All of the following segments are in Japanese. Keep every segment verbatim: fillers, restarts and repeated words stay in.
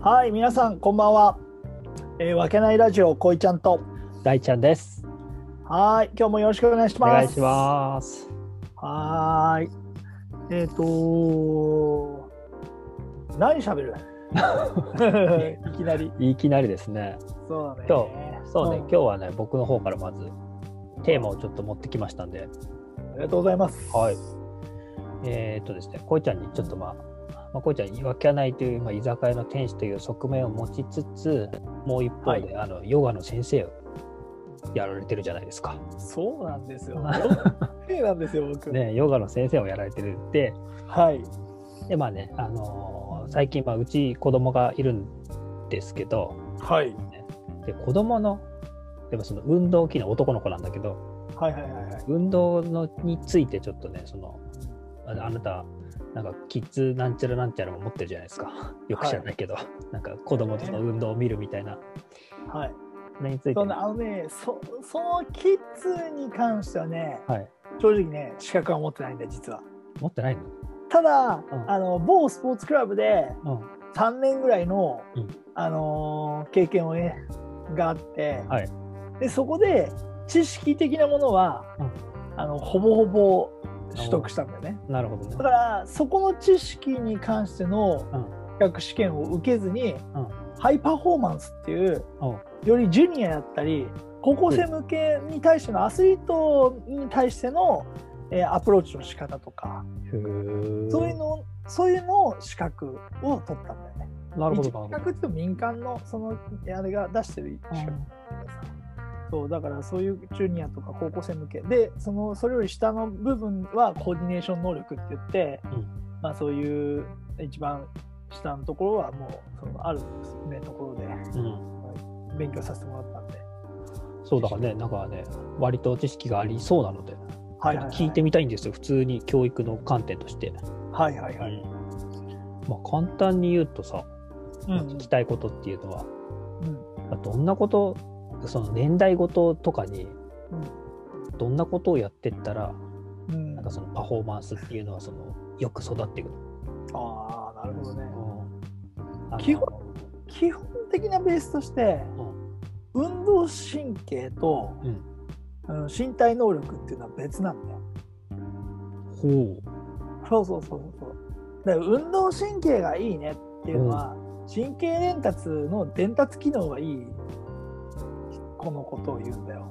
はい、皆さんこんばんは。えー、わけないラジオこいちゃんと大ちゃんです。 はい、今日もよろしくお願いします。 お願いします。 はい。えっ、ー、と何喋る？いきなり。 いきなりですね。 そうね。 今日、そうね、 うん、 今日はね、僕の方からまずテーマをちょっと持ってきましたんで。 ありがとうございます。 はい。えっ、ー、とですね、こいちゃんにちょっとまあ、まあ、こいちゃん、わけないという、まあ、居酒屋の店主という側面を持ちつつ、もう一方で、はい、あのヨガの先生をやられてるじゃないですか。 そうなんですよ。そうなんですよ、僕。 ね、ヨガの先生をやられてるって。 はい。 で、まあね、あのー、最近、まあ、うち子供がいるんですけど、 はい。 で、子供の、でもその運動機能、男の子なんだけど、 はいはいはいはい。 運動のについてちょっとね、その、あなた、なんかキッズなんちゃらなんちゃらも持ってるじゃないですか。よく知らないけど、はい、なんか子供との運動を見るみたいな。 はい。 それについて、 そのあのね、そ、そのキッズに関してはね、 はい、 正直ね、資格は持ってないんだ、実は。 持ってないの？ ただ、 うん、 あの某スポーツクラブでさんねんぐらいの、 うん、 あのー、経験をねがあって、 はい、 でそこで知識的なものは、うん、あのほぼほぼ取得したんだよね。 なるほどね。 だからそこの知識に関しての資格試験を受けずに、うん、ハイパフォーマンスっていう、うん、よりジュニアやったり高校生向けに対してのアスリートに対しての、えー、アプローチの仕方とか、そういうのそういうのを資格を取ったんだよね。 なるほど。 資格って民間のそのあれが出してる資格、うん、そうだからそういうジュニアとか高校生向けで、そのそれより下の部分はコーディネーション能力って言って、うん、まあそういう一番下のところはもうそのある、ね、ところで、うん、勉強させてもらったんで。 そうだからね、なんかね、割と知識がありそうなので、はいはいはい、聞いてみたいんですよ、普通に教育の観点として。 はいはいはい。 うん、まあ、簡単に言うとさ、うん、聞きたいことっていうのは、うんまあ、どんなこと、その年代ごととかに、うん、どんなことをやってったら、うん、なんかそのパフォーマンスっていうのはそのよく育っていく。 ああ、なるほどね。うん、基本基本的なベースとして、うん、運動神経と、うん、身体能力っていうのは別なんだよ。 ほう。 そうそうそうそう。だから運動神経がいいねっていうのは、うん、神経伝達の伝達機能がいいこのことを言うんだよ。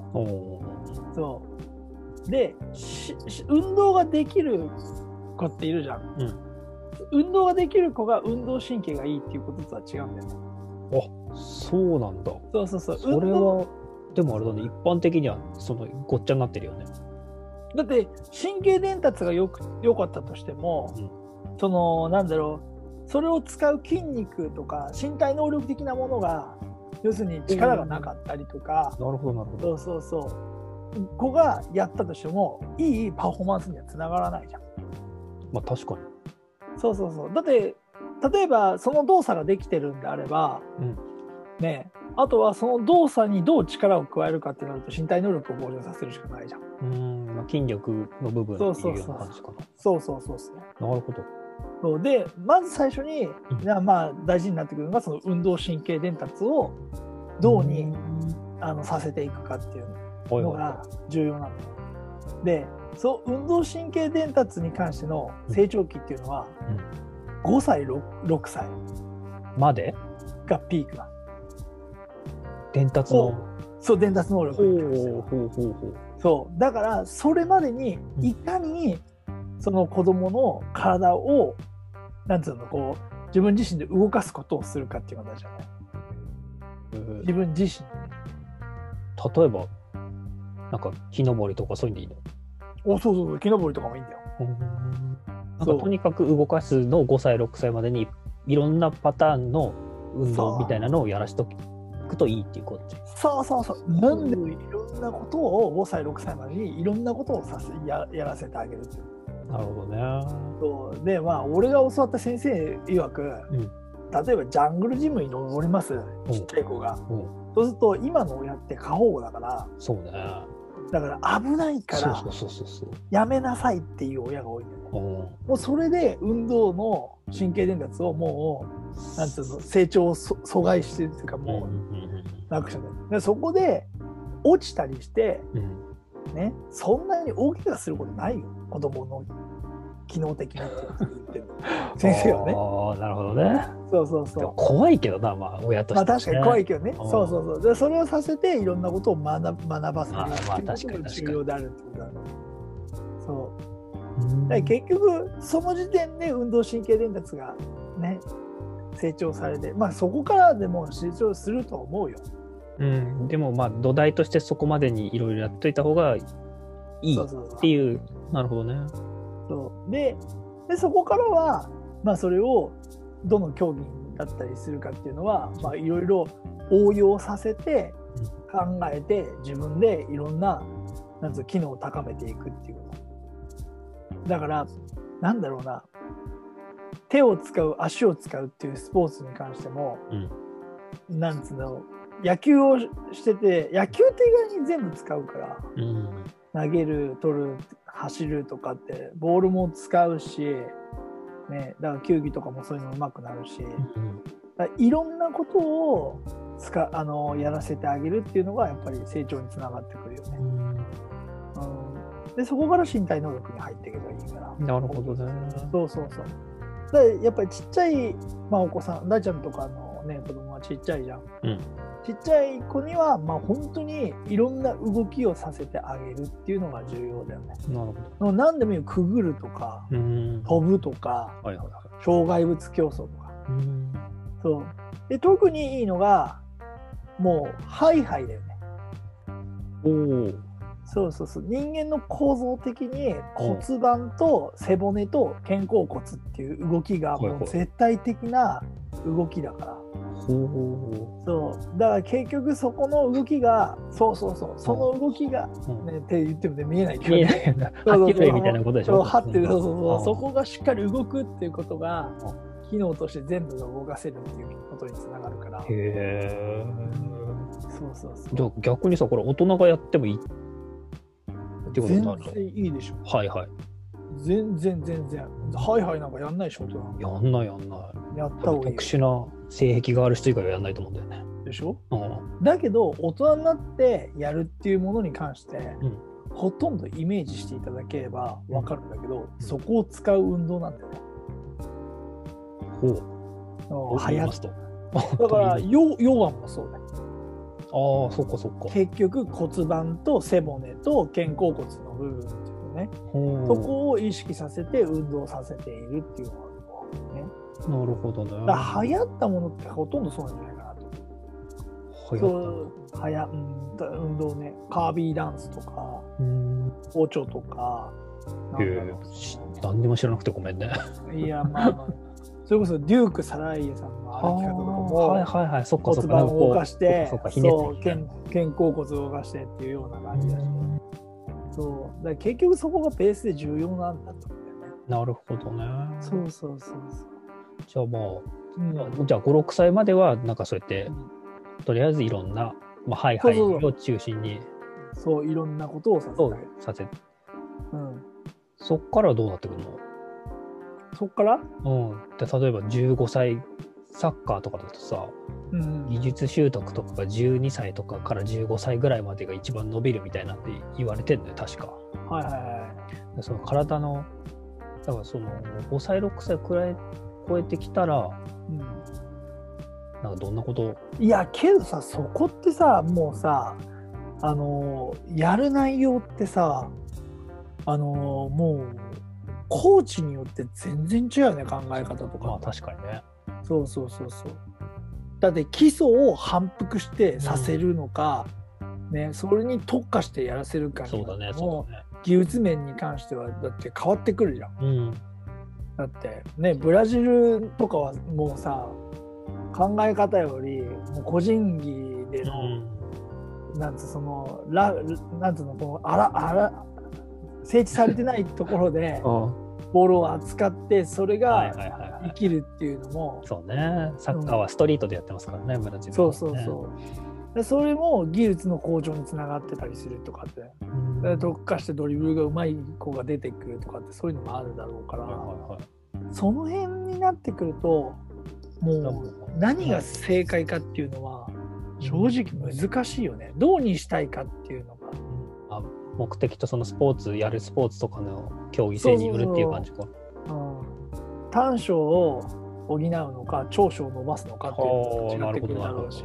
そうで運動ができる子っているじゃん、うん、運動ができる子が運動神経がいいっていうこととは違うんだよね。 あ、そうなんだ。 そうそうそう。 それはでもあれだね、一般的にはそのごっちゃになってるよね。 だって神経伝達がよく良かったとしても、うん、そのなんだろう、それを使う筋肉とか身体能力的なものが要するに力がなかったりとか、 うん、なるほどなるほど。 そうそうそう。子がやったとしてもいいパフォーマンスにはつながらないじゃん。 まあ確かに。 そうそうそう。だって例えばその動作ができてるんであれば、うん、ね、あとはその動作にどう力を加えるかってなると身体能力を向上させるしかないじゃん。 うん、まあ、筋力の部分っていうような感じかな。 そうそうそうそう。 なるほど。 そうでまず最初に、うん、まあ大事になってくるのがその運動神経伝達をどうに、うん、あのさせていくかっていうのが重要なんだよ。で、そう運動神経伝達に関しての成長期っていうのは、うん、ごさい ろくさいまでがピークな。 伝達のそう伝達能力に関しては。ほうほうほうほう。そうだからそれまでにいかにその子供の体をなんつうのこう自分自身で動かすことをするかっていうのが大事じゃない、えー、自分自身で、ね、 例えばなんか木登りとかそういうのいいの？ おそうそうそう、木登りとかもいいんだよ。 なんかとにかく動かすのをごさいろくさいまでにいろんなパターンの運動みたいなのをやらしとくといいっていうこと。 そうそうそう。なんでもいろんなことをごさいろくさいまでにいろんなことをさせ や, やらせてあげるっていう。 なるほどね。 そうでまあ俺が教わった先生曰く、うん、例えばジャングルジムに登ります、ちっちゃい子が、うん、そうすると今の親って過保護だから、 そうね、 だから危ないからやめなさいっていう親が多いんだよね。もうそれで運動の神経伝達をもうなんていうの成長を阻害してるっていうかもうなくしちゃう。でそこで落ちたりして、うんね、そんなに大怪我することないよ子供の機能的なって言ってる先生はね。 ああなるほどね。 そうそうそう。 怖いけどな、まあ親として、ね。 まあ確かに怖いけどね。そうそうそう。でそれをさせていろんなことを学学ばせるっていうことが重要であるってことだね。そう。だから結局その時点で運動神経伝達がね成長されて、まあそこからでも成長すると思うよ。 うん。でもまあ土台としてそこまでにいろいろやっといた方がいいっていう。なるほどね。 そうででそこからは、まあ、それをどの競技だったりするかっていうのは、まあ、いろいろ応用させて考えて自分でいろんな、なんつう機能を高めていくっていうことだからなんだろうな手を使う足を使うっていうスポーツに関しても、うん、なんつうの野球をしてて野球って意外に全部使うから、うん、投げる取る走るとかってボールも使うし、ね、だから球技とかもそういうの上手くなるし、うん、だいろんなことを使あのやらせてあげるっていうのがやっぱり成長につながってくるよね、うんうん、でそこから身体能力に入っていけばいいから。 なるほどね。 そうそうそう。だやっぱりちっちゃい、まあ、お子さん大ちゃんとかの、ね、子供はちっちゃいじゃん、うん、ちっちゃい子には、まあ、本当にいろんな動きをさせてあげるっていうのが重要だよね。 なるほど。 何でもいいよ、くぐるとか飛ぶとか、はいはいはい、障害物競争とか。うんそうで特にいいのがもうハイハイだよね。おお。そうそうそう。人間の構造的に骨盤と背骨と肩甲骨っていう動きがもう絶対的な動きだから。そうだから結局そこの動きがそうそうそうその動きが、ね、って言っても、ね、見えないけど、ね、見えないよな。張ってるみたいなことでしょ。張ってるそうそうそうそこがしっかり動くっていうことが機能として全部が動かせるっていうことにつながるから。へえ。そうそうそう。 じゃあ逆にさこれ大人がやってもいいってことになるの？ 全然いいでしょ。 はいはい。 全然全然はいはいなんかやんないでしょ。 やんないやんない。 やった方がいい。 特殊な性癖がある人以外はやんないと思うんだよね。 でしょ、うん、だけど大人になってやるっていうものに関して、うん、ほとんどイメージしていただければ分かるんだけど、うん、そこを使う運動なんだよね。ほう。流行った。だからヨヨガもそうだよ。 ああそっかそっか。 結局骨盤と背骨と肩甲骨の部分っていうね、そこを意識させて運動させているっていうのがあるね。 なるほどね。 だから流行ったものってほとんどそうなんじゃないかなと。流行った。流行、うん、運動ね、カービーダンスとか、包丁とか。 へえ、何にも知らなくてごめんね。 いやまあ、まあ、それこそデューク・サライエさんの歩き方とかも、 はいはいはい、そっかそっか、 骨盤を動かして、そう肩甲骨を動かしてっていうような感じだし、そうだから結局そこがベースで重要なんだと思うんだよね。 なるほどね。 そうそうそうそう。 じゃあもう、うん、じゃあご、ろくさいまではなんかそうやって、うん、とりあえずいろんな、まあ、ハイハイを中心にそういろんなことをさせてさせ、うん、そっからどうなってくるの？ そっから、 うん、で例えばじゅうごさいサッカーとかだとさ、うん、技術習得とかがじゅうにさいとかからじゅうごさいぐらいまでが一番伸びるみたいなって言われてんだよ確か。はいはいはい。でその体のだからそのごさいろくさいくらい超えてきたら、うん、なんかどんなこと？ いやけどさそこってさもうさあのやる内容ってさあのもうコーチによって全然違うよね考え方とか。 まあ確かにね。 そうそうそうそう。だって基礎を反復してさせるのか、うん、ねそれに特化してやらせるかそうだねそうだね。 技術面に関してはだって変わってくるじゃん。うん、だってねブラジルとかはもうさ考え方よりもう個人技での、うん、なんつうそのラなんつうのこのあらあら整地されてないところでボールを扱ってそれが生きるっていうのもそうねサッカーはストリートでやってますからね、うん、ブラジルはね。 そうそうそうでそれも技術の向上につながってたりするとかって、うん、特化してドリブルが上手い子が出てくるとかってそういうのもあるだろうから、はいはいはい、その辺になってくるともう何が正解かっていうのは正直難しいよね。どうにしたいかっていうのが、 あ、目的とそのスポーツやるスポーツとかの競技性によるっていう感じか。 うん、短所を補うのか長所を伸ばすのかっていうのが違ってくるだろうし、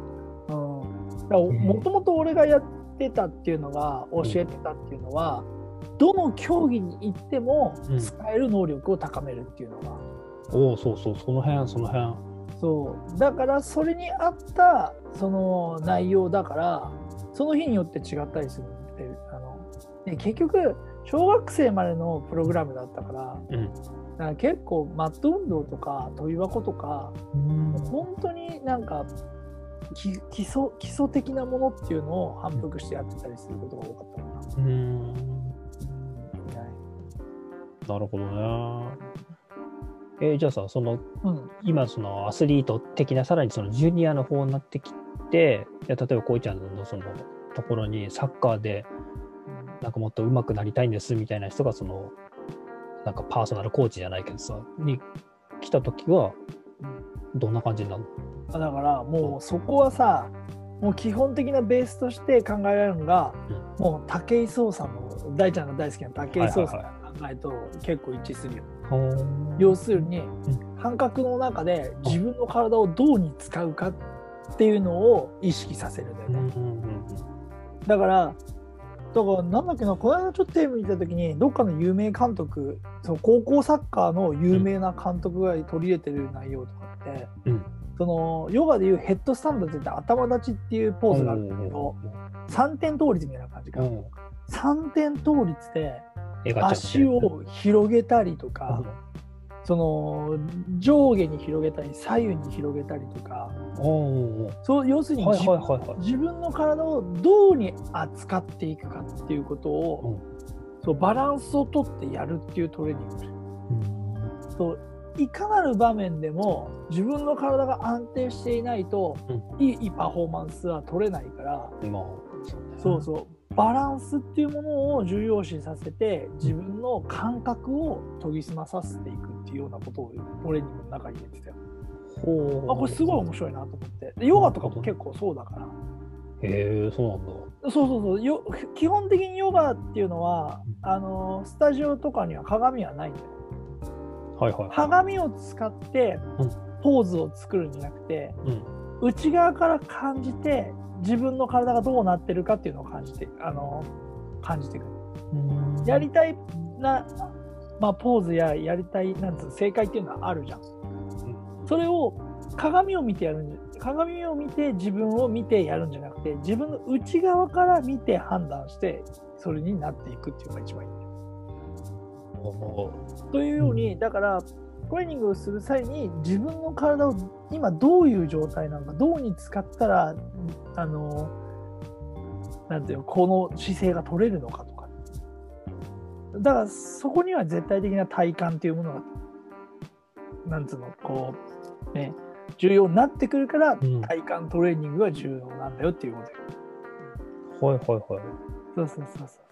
もともと俺がやってたっていうのが教えてたっていうのは、うん、どの競技に行っても使える能力を高めるっていうのが、 うん、おお、そうそう、その辺その辺そうだからそれに合ったその内容だからその日によって違ったりするって、あので結局小学生までのプログラムだったから、うん、だから結構マット運動とか跳び箱とか、うん、本当になんか基礎、基礎的なものっていうのを反復してやってたりすることが多かったかな。うーん、うん、 なるほどね。えー、じゃあさ、その、うん、今そのアスリート的なさらにそのジュニアの方になってきて、いや例えばこいちゃんのそのところにサッカーでなんかもっと上手くなりたいんですみたいな人がそのなんかパーソナルコーチじゃないけどさに来た時はどんな感じになるの？ だからもうそこはさ、もう基本的なベースとして考えられるのが、うん、もう武井壮さんの大ちゃんが大好きな武井壮さんの考えと結構一致するよ。はいはいはい、要するに、うん、感覚の中で自分の体をどうに使うかっていうのを意識させるんだよね。うんうんうん、だからだからなんだっけな、この間ちょっとテレビ見た時にどっかの有名監督、その高校サッカーの有名な監督が取り入れてる内容とかって、うん、そのヨガでいうヘッドスタンドって言って頭立ちっていうポーズがあるんだけど、さんてん倒立みたいな感じか、うん、さんてん倒立で足を広げたりとか、うん、その上下に広げたり左右に広げたりとか、そう要するに自分、はいはいはいはい、自分の体をどうに扱っていくかっていうことを、うん、そうバランスをとってやるっていうトレーニング、うん、そういかなる場面でも自分の体が安定していないと、うん、いいパフォーマンスは取れないから、うん、そうそうバランスっていうものを重要視させて自分の感覚を研ぎ澄まさせていくっていうようなことをトレーニングの中に入れてたよ。ほう、あ、これすごい面白いなと思って。でヨガとかも結構そうだから。 へえ、そうなんだ。 そうそうそう。よ基本的にヨガっていうのは、うん、あのスタジオとかには鏡はないんだよ。はいはいはい、鏡を使ってポーズを作るんじゃなくて、うん、内側から感じて自分の体がどうなってるかっていうのを感じて、あの感じていく。うんやりたいな、まあ、ポーズややりたいなんつう正解っていうのはあるじゃん。うん、それを鏡を見てやるんじゃ鏡を見て自分を見てやるんじゃなくて、自分の内側から見て判断してそれになっていくっていうのが一番いいんだよ。というように、だからトレーニングをする際に自分の体を今どういう状態なのか、どうに使ったらあのなんていうの、この姿勢が取れるのかとか、だからそこには絶対的な体幹というものがなんつうのこうね重要になってくるから、うん、体幹トレーニングが重要なんだよっていうことよ。 はいはいはい。 そうそうそうそう。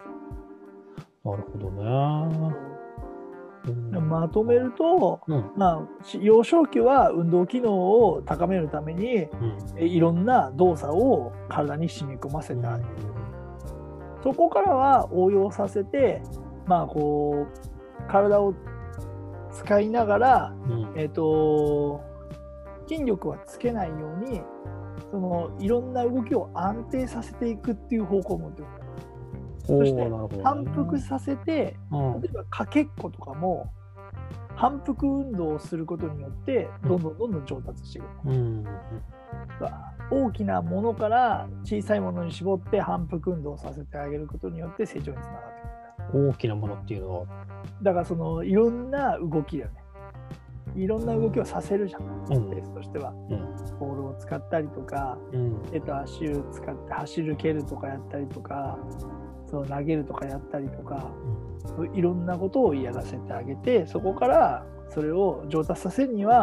なるほどね。 うん、まとめると、うん、まあ、幼少期は運動機能を高めるために、うん、いろんな動作を体に染み込ませたい、うん、そこからは応用させて、まあ、こう体を使いながら、うん、えーと、筋力はつけないようにそのいろんな動きを安定させていくっていう方向を持っている。そして反復させて、例えばかけっことかも反復運動をすることによってどんどんどんどん上達していく、うん、大きなものから小さいものに絞って反復運動をさせてあげることによって成長につながってくる。 大きなものっていうのはだからそのいろんな動きだよね。いろんな動きをさせるじゃん、うん、ベースとしては、うん、ボールを使ったりとか、うん、手と足を使って走る蹴るとかやったりとか、そう投げるとかやったりとか、うん、いろんなことをやらせてあげて、そこからそれを上達させるには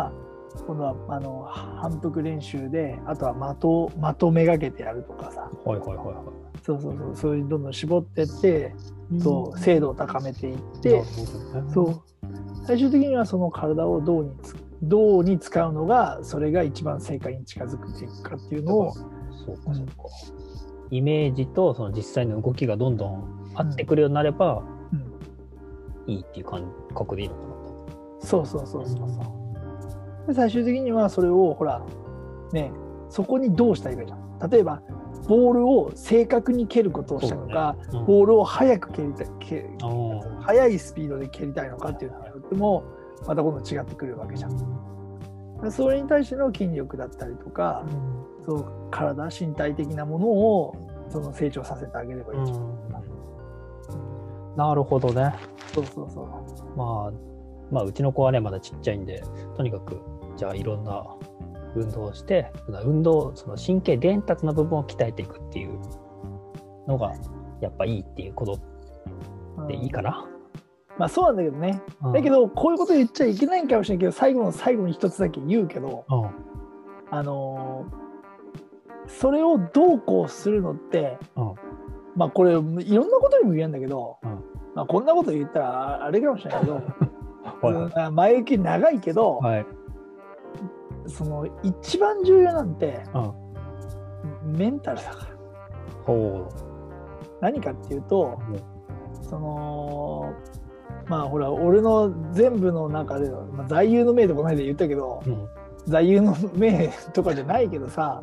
今度はあの反復練習で、あとは的を的めがけてやるとかさ、 はいはいはいはい。 そうそうそう、そういうどんどん絞っていって、そう精度を高めていって、そう最終的にはその体をどうにつどうに使うのがそれが一番正解に近づくっていくかっていうのを、 そうかそうか、イメージとその実際の動きがどんどん合ってくるようになれば、うんうん、いいっていう感覚でいいのかなと。 そうそうそうそうそう。で最終的にはそれをほらね、そこにどうしたらいいかじゃん。例えばボールを正確に蹴ることをしたのか、ね、うん、ボールを速く蹴りたい、蹴速いスピードで蹴りたいのかっていうのによってもまた今度違ってくるわけじゃん。それに対しての筋力だったりとか、うん、そう体身体的なものをその成長させてあげればいいじゃん。うん、 なるほどね。 そうそうそう。 まあまあうちの子はねまだちっちゃいんで、とにかくじゃあいろんな運動をして運動その神経伝達の部分を鍛えていくっていうのがやっぱいいっていうことでいいかな。 うん、まあそうなんだけどね、うん、だけどこういうこと言っちゃいけないかもしれないけど、最後の最後に一つだけ言うけど、うん、あのー、それをどうこうするのって、うん、まあこれいろんなことにも言えるんだけど、うん、まあ、こんなこと言ったらあれかもしれないけどはい、前行き長いけど、はい、その一番重要なんて、うん、メンタルだから。ほう。何かっていうと、うん、そのまあほら俺の全部の中で、まあ、座右の銘とかないで言ったけど、うん、座右の銘とかじゃないけどさ、うん、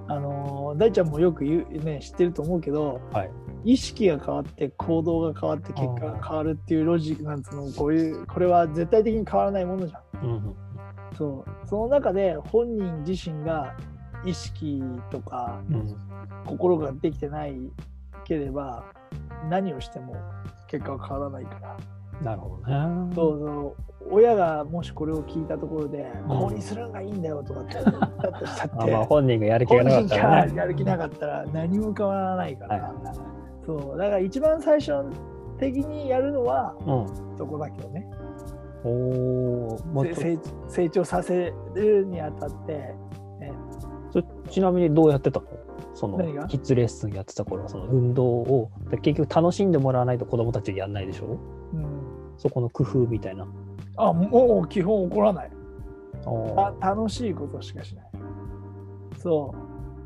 あの大ちゃんもよく言う、ね、知ってると思うけど、はい、意識が変わって行動が変わって結果が変わるっていうロジックなんつうの、こういうこれは絶対的に変わらないものじゃん。うん、そうその中で本人自身が意識とか、うん、心ができてないければ何をしても結果は変わらないから。 なるほどね。 そうそう、親がもしこれを聞いたところで、うん、こうにするのがいいんだよとかって言ったとしたってまあ本人がやる気がなかったら、ね、 本人がやる気なかったら何も変わらないから、はい、そうだから一番最初的にやるのは、うん、そこだけどね。お成, 成長させるにあたって、ね、 そちなみにどうやってたの？そのキッズレッスンやってた頃、その運動を結局楽しんでもらわないと子どもたちやんないでしょ、うん、そこの工夫みたいな。 あ、もう基本怒らない。あ、楽しいことしかしない。そう。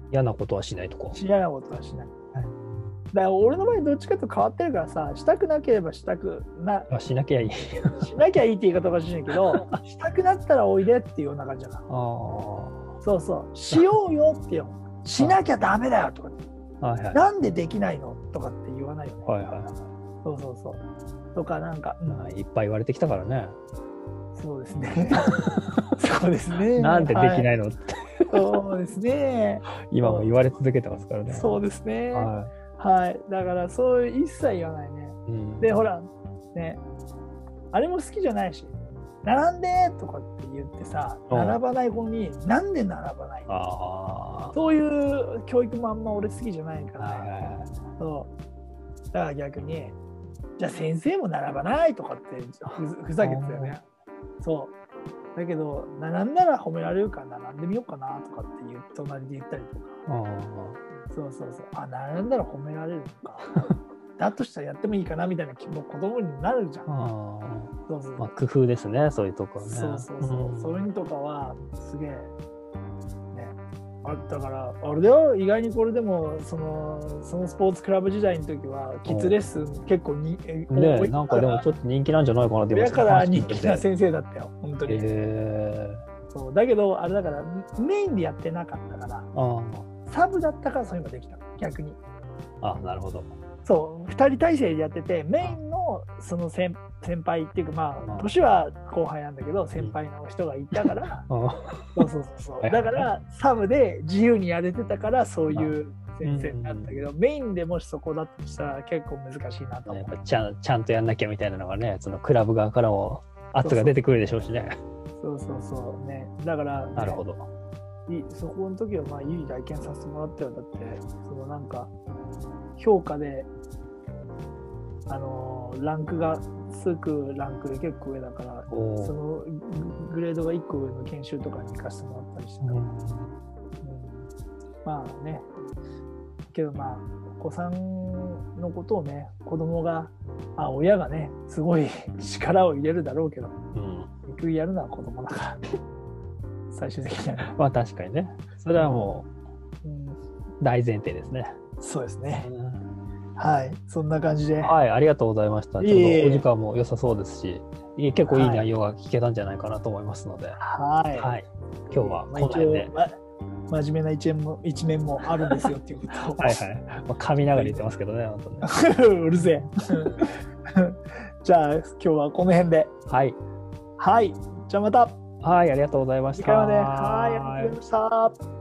嫌なことはしないとか。 嫌なことはしない。はい、だから俺の場合どっちかと変わってるからさ、したくなければしたくなあしなきゃいいしなきゃいいって言い方はしないけどしたくなったらおいでっていうような感じだから。あ、そうそう、しようよってよ、しなきゃダメだよとか、はいはい、なんでできないのとかって言わないよね。はいはい、そうそうそうとかなんか、 うん、いっぱい言われてきたからね。 そうですねそうですねなんでできないの、はい、ってそうですね今も言われ続けてますからね。 そうですね、はいはい、だからそういう一切言わないね、うん、でほらね、あれも好きじゃないし、並んでとかって言ってさ、並ばない子になんで並ばないの、あ、そういう教育もあんま俺好きじゃないから、はいはいはい、そうだから逆にじゃあ先生も並ばないとかってふ ざ, ふざけてたよね。そうだけど並んだら褒められるから並んでみようかなとかって言う隣で言ったりとか、あ、そうそうそう、あ、並んだら褒められるのかだとしたらやってもいいかなみたいな気も子供になるじゃん。あ、 そうそう、まあ、工夫ですね、そういうところね。 そうそうそう、うん、そういうのとかはすげえね、あだからあれだよ、意外にこれでもそのそのスポーツクラブ時代の時はキッズレッスン結構にね、なんかでもちょっと人気なんじゃないかなって親から人気な先生だったよ本当に。へー、そうだけどあれだからメインでやってなかったから、あ、サブだったからそういうのができた逆に。 あ、なるほど。 そうふたり体制でやってて、メインのその 先, 先輩っていうか、まあ年は後輩なんだけど先輩の人がいたから、うん、そうそうそうだからサブで自由にやれてたからそういう先生になったけど、うんうん、メインでもしそこだとしたら結構難しいなと思う。 やっぱちゃんちゃんとやんなきゃみたいなのがね、そのクラブ側からも圧が出てくるでしょうしね。 そうそうそうね、だから、ね、 なるほど。 そこの時はまあいい体験させてもらったよ。だってそのなんか評価であのランクがつくランクで結構上だから、そのグレードがいっこ上の研修とかに行かせてもらったりしてた、うんうん、まあね、けどまあお子さんのことをね、子供があ親がねすごい力を入れるだろうけど、うん、結局やるのは子供だから最終的にはね。 まあ確かにね、それはもう、うん、大前提ですね。 そうですね、うん、はい、そんな感じで、 はい、ありがとうございました。ちょうどお時間も良さそうですし、結構いい内容が聞けたんじゃないかなと思いますので、 はい、はい、 今日はこの辺で、 まあ真面目な一面も一面もあるんですよっていうことをはいはい、まあ、噛みながら言ってますけどね、本当ねうるせえじゃあ今日はこの辺で、 はいはい、じゃあまた、 はい、ありがとうございました。 次回まで、はい、ありがとうございました。